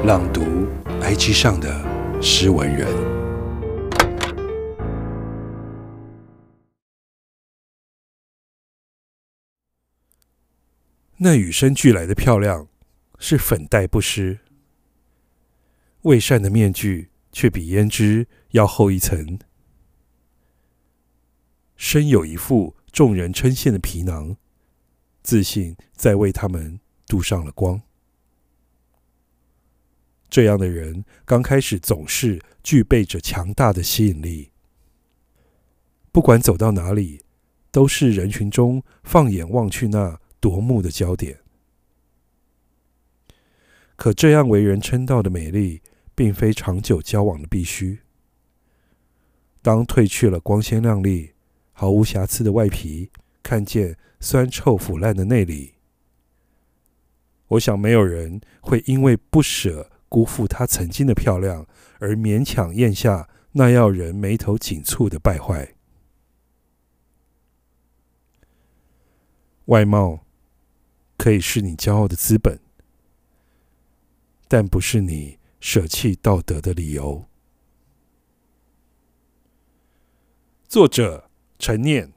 朗读 IG 上的诗文人。那与生俱来的漂亮是粉黛不施，伪善的面具却比胭脂要厚一层。身有一副众人称羡的皮囊，自信在为他们镀上了光。这样的人刚开始总是具备着强大的吸引力，不管走到哪里，都是人群中放眼望去那夺目的焦点。可这样为人称道的美丽，并非长久交往的必须。当褪去了光鲜亮丽、毫无瑕疵的外皮，看见酸臭腐烂的内里，我想没有人会因为不舍辜负她曾经的漂亮，而勉强咽下那要人眉头紧蹙的败坏。外貌可以是你骄傲的资本，但不是你舍弃道德的理由。作者陈念。